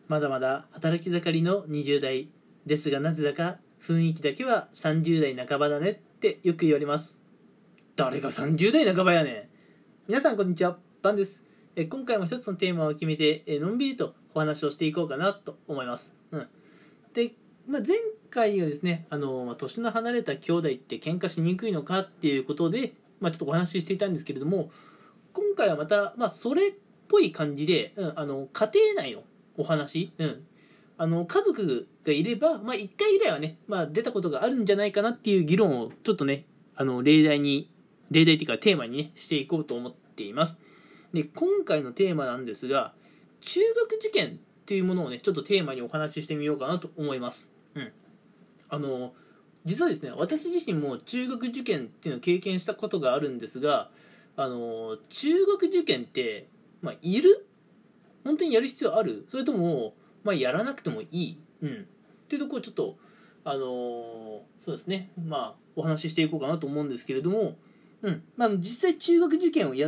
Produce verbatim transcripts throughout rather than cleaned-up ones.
まだまだ働き盛りのにじゅう代ですが、なぜだか雰囲気だけはさんじゅう代半ばだねってよく言われます。誰がさんじゅう代半ばやねん。皆さんこんにちは、バンです。え今回も一つのテーマを決めてえのんびりとお話をしていこうかなと思います。うん、で、まあ、前回はですね、あの、まあ、年の離れた兄弟って喧嘩しにくいのかっていうことで、まあ、ちょっとお話ししていたんですけれども、今回はまた、まあ、それっぽい感じで、うん、あの家庭内のお話、うん、あの家族がいれば、まあ、いっかいぐらいはね、まあ、出たことがあるんじゃないかなっていう議論をちょっとね、あの例題に例題っていうかテーマに、ね、していこうと思っています。で、今回のテーマなんですが、中学受験っていうものをね、ちょっとテーマにお話ししてみようかなと思います。うん、あの実はですね、私自身も中学受験っていうのを経験したことがあるんですが、あの中学受験って、まあ、いる本当にやる必要ある、それとも、まあ、やらなくてもいい、うん、っていうところをちょっと、あのー、そうですね、まあ、お話ししていこうかなと思うんですけれども、うんまあ、実際中学受験をやって、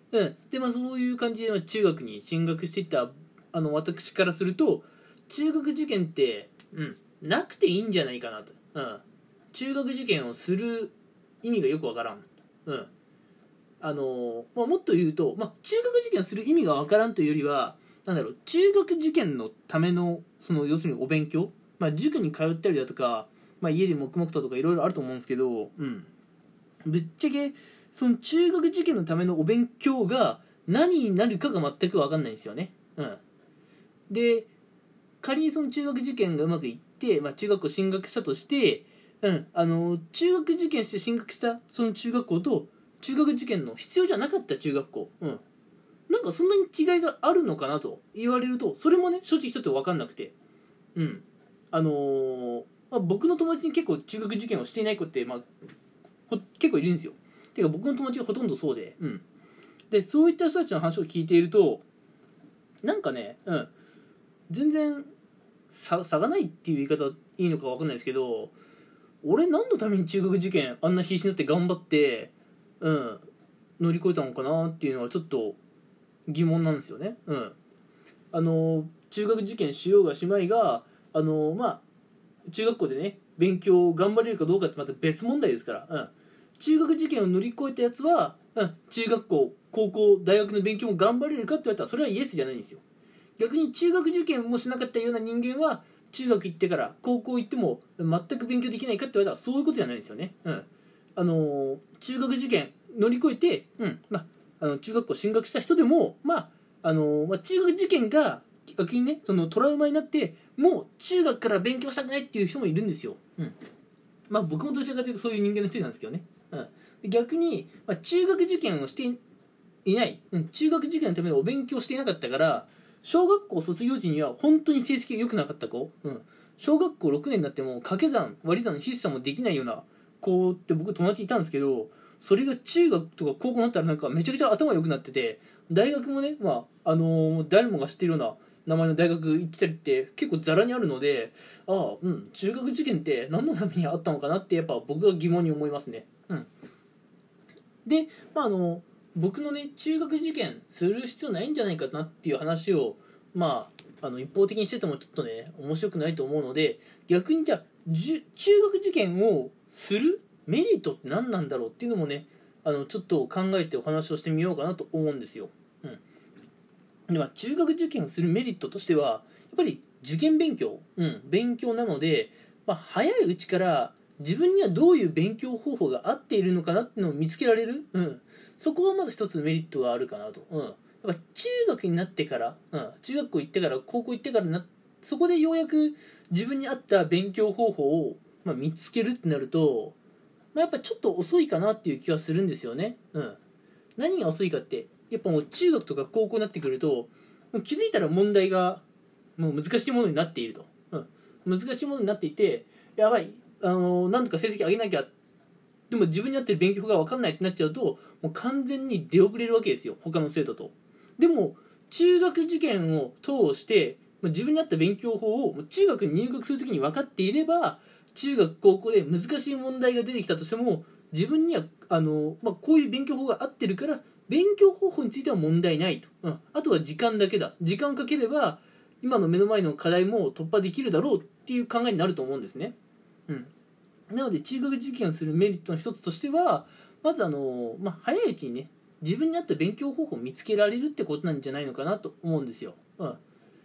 うんでまあ、そういう感じで中学に進学していったあの私からすると、中学受験って、うん、なくていいんじゃないかなと、うん、中学受験をする意味がよくわからん、うんあのまあ、もっと言うと、まあ、中学受験をする意味がわからんというよりは、なんだろう、中学受験のための、その要するにお勉強、まあ、塾に通ったりだとか、まあ、家で黙々ととかいろいろあると思うんですけど、うん、ぶっちゃけその中学受験のためのお勉強が何になるかが全く分かんないんですよね。うん、で、仮にその中学受験がうまくいって、まあ、中学校進学したとして、うん、あの中学受験して進学したその中学校と中学受験の必要じゃなかった中学校、うん、なんかそんなに違いがあるのかなと言われると、それもね正直ちょっと分かんなくて、うんあのーまあ、僕の友達に結構中学受験をしていない子って、まあ、結構いるんですよ。てか僕の友達がほとんどそうで、うん、でそういった人たちの話を聞いていると、なんかね、うん、全然差がないっていう言い方いいのか分かんないですけど、俺何のために中学受験あんな必死になって頑張ってうん、乗り越えたのかなっていうのはちょっと疑問なんですよね。うん、あの中学受験しようがしまいが、あのまあ中学校でね勉強頑張れるかどうかってまた別問題ですから、うん、中学受験を乗り越えたやつは、うん、中学校高校大学の勉強も頑張れるかって言われたらそれはイエスじゃないんですよ。逆に中学受験もしなかったような人間は中学行ってから高校行っても全く勉強できないかって言われたらそういうことじゃないんですよね。うんあの中学受験乗り越えて、うんまあ、あの中学校進学した人でも、まああのまあ、中学受験が逆にねそのトラウマになってもう中学から勉強したくないっていう人もいるんですよ。うんまあ、僕もどちらかというとそういう人間の一人なんですけどね。うん、逆に、まあ、中学受験をしていない、うん、中学受験のためのお勉強していなかったから小学校卒業時には本当に成績が良くなかった子、うん、小学校ろくねんになっても掛け算割り算筆算もできないような子って僕友達いたんですけど、それが中学とか高校になったらなんかめちゃくちゃ頭良くなってて、大学もね、まああのー、誰もが知ってるような名前の大学行ってたりって結構ザラにあるので、ああうん中学受験って何のためにあったのかなってやっぱ僕は疑問に思いますね。うん、で、まああの僕のね中学受験する必要ないんじゃないかなっていう話をまああの一方的にしててもちょっとね面白くないと思うので、逆にじゃあ中学受験をするメリットって何なんだろうっていうのもねあのちょっと考えてお話をしてみようかなと思うんですよ。うん、でまあ中学受験をするメリットとしてはやっぱり受験勉強、うん、勉強なので、まあ、早いうちから自分にはどういう勉強方法が合っているのかなっていうのを見つけられる、うん、そこはまず一つメリットがあるかなと。うん、やっぱ中学になってから、うん、中学校行ってから高校行ってからなそこでようやく自分に合った勉強方法を、まあ、見つけるってなると、まあ、やっぱちょっと遅いかなっていう気はするんですよね。うん、何が遅いかってやっぱもう中学とか高校になってくるともう気づいたら問題がもう難しいものになっていると、うん、難しいものになっていてやばい、あのー、なんとか成績上げなきゃ、でも自分に合ってる勉強法が分かんないってなっちゃうともう完全に出遅れるわけですよ他の生徒と。でも中学受験を通して自分に合った勉強法を中学に入学するときに分かっていれば中学高校で難しい問題が出てきたとしても自分にはあの、まあ、こういう勉強法が合ってるから勉強方法については問題ないと、うん、あとは時間だけだ、時間をかければ今の目の前の課題も突破できるだろうっていう考えになると思うんですね。うん、なので中学受験をするメリットの一つとしては、まずあの、まあ、早いうちにね自分に合った勉強方法を見つけられるってことなんじゃないのかなと思うんですよ。うん、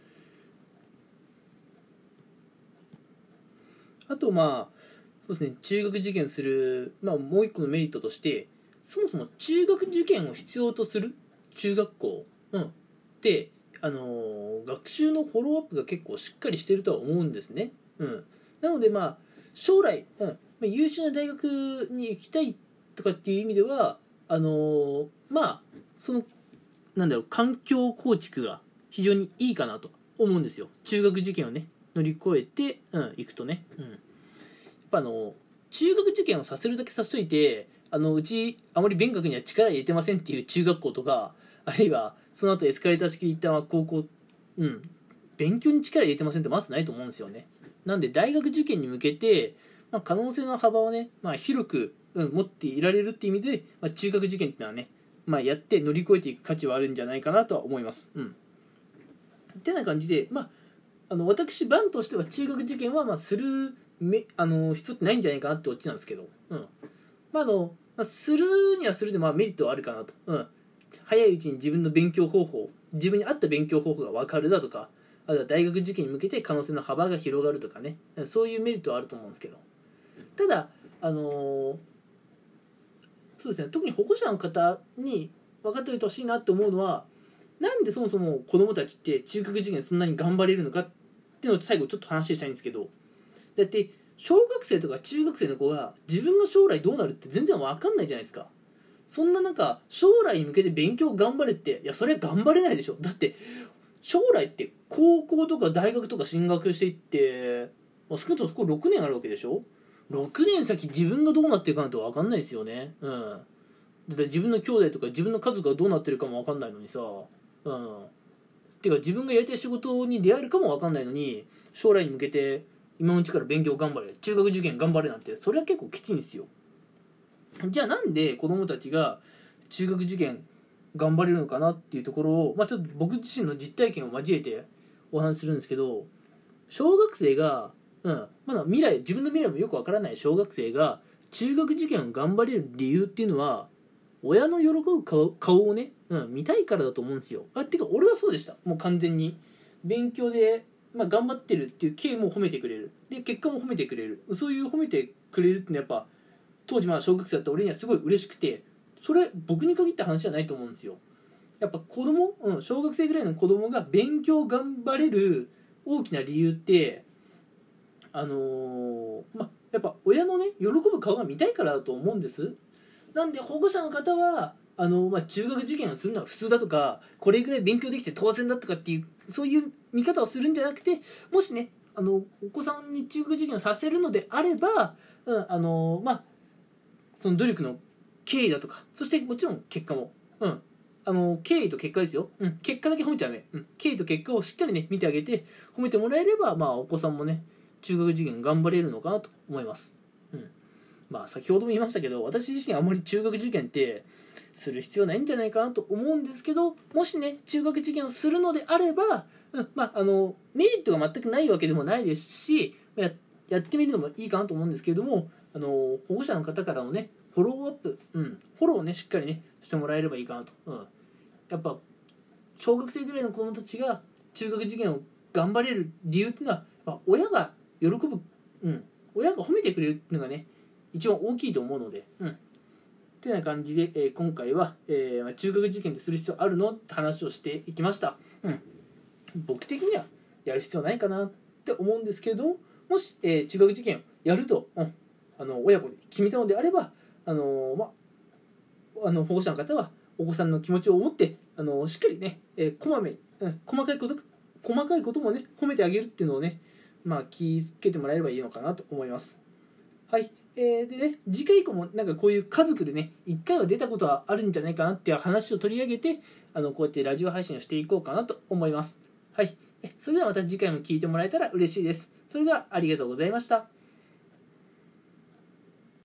あとまあそうですね、中学受験する、まあ、もう一個のメリットとして、そもそも中学受験を必要とする中学校、うん、で、あのー学習のフォローアップが結構しっかりしてるとは思うんですね。うん、なのでまあ将来、うんまあ、優秀な大学に行きたいとかっていう意味ではあのーまあそのなんだろう環境構築が非常にいいかなと思うんですよ。中学受験をね乗り越えて、うん、行くとね。うん、やっぱあの中学受験をさせるだけさせといて、あのうちあまり勉学には力入れてませんっていう中学校とか、あるいはその後エスカレーター式行った高校、うん、勉強に力入れてませんってまずないと思うんですよね。なんで大学受験に向けて、まあ、可能性の幅をね、まあ、広く、うん、持っていられるっていう意味で、まあ、中学受験っていうのはね、まあ、やって乗り越えていく価値はあるんじゃないかなとは思います。うん。ってな感じで、まあ、あの私バンとしては中学受験はまあするめあの必要ってないんじゃないかなってオチなんですけど、うんまああのまあ、するにはするでまあメリットはあるかなと、うん、早いうちに自分の勉強方法自分に合った勉強方法が分かるだとか、あとは大学受験に向けて可能性の幅が広がるとかね、そういうメリットはあると思うんですけど、ただあのーそうですね、特に保護者の方に分かっておいてほしいなって思うのは、なんでそもそも子供たちって中学受験そんなに頑張れるのかっていうのを最後ちょっと話したいんですけど、だって小学生とか中学生の子が自分が将来どうなるって全然分かんないじゃないですか。そんな中将来に向けて勉強頑張れって、いやそれは頑張れないでしょ。だって将来って高校とか大学とか進学していって、まあ、少なくともそころくねんあるわけでしょ。ろくねん先自分がどうなっていくかなんて分かんないですよね。うんだって自分の兄弟とか自分の家族がどうなってるかも分かんないのにさ、うんてか自分がやりたい仕事に出会えるかも分かんないのに、将来に向けて今のうちから勉強頑張れ、中学受験頑張れなんて、それは結構きついんですよ。じゃあなんで子供たちが中学受験頑張れるのかなっていうところを、まあ、ちょっと僕自身の実体験を交えてお話しするんですけど、小学生が、うん、まだ未来自分の未来もよくわからない小学生が中学受験を頑張れる理由っていうのは、親の喜ぶ顔顔をね、うん、見たいからだと思うんですよ。あってか俺はそうでした。もう完全に勉強で、まあ、頑張ってるっていう経も褒めてくれる、で結果も褒めてくれる、そういう褒めてくれるってのはやっぱ当時まあ小学生だった俺にはすごい嬉しくて、それ僕に限った話じゃないと思うんですよ。やっぱ子供、うん、小学生ぐらいの子供が勉強頑張れる大きな理由って、あのー、まあやっぱ親のね喜ぶ顔が見たいからだと思うんです。なんで保護者の方はあの、まあ、中学受験をするのは普通だとか、これぐらい勉強できて当然だとかっていうそういう見方をするんじゃなくて、もしねあのお子さんに中学受験をさせるのであれば、うん、あのまあその努力の経緯だとか、そしてもちろん結果も、うん、あの経緯と結果ですよ、うん、結果だけ褒めちゃダメ、うん、経緯と結果をしっかりね見てあげて褒めてもらえれば、まあ、お子さんもね中学受験頑張れるのかなと思います。うんまあ、先ほども言いましたけど、私自身あまり中学受験ってする必要ないんじゃないかなと思うんですけど、もしね中学受験をするのであれば、うんまあ、あのメリットが全くないわけでもないですし、や, やってみるのもいいかなと思うんですけれども、あの保護者の方からのねフォローアップ、うん、フォローをねしっかりねしてもらえればいいかなと、うん、やっぱ小学生ぐらいの子供たちが中学受験を頑張れる理由っていうのは、まあ、親が喜ぶ、うん、親が褒めてくれるっていうのがね一番大きいと思うので、うん。ってな感じで、えー、今回は、えー、中学受験ってする必要あるのって話をしていきました。うん。僕的にはやる必要ないかなって思うんですけれども、もし、えー、中学受験をやると、うん、あの親子で決めたのであれば、あのー、まあの保護者の方はお子さんの気持ちを思って、あのー、しっかりね、えー、こまめに、うん、細かいこと細かいこともね褒めてあげるっていうのをね、まあ、気づけてもらえればいいのかなと思います。はい。えー、でね、次回以降もなんかこういう家族でねいっかいは出たことはあるんじゃないかなっていう話を取り上げて、あのこうやってラジオ配信をしていこうかなと思います。はい。それではまた次回も聞いてもらえたら嬉しいです。それではありがとうございました。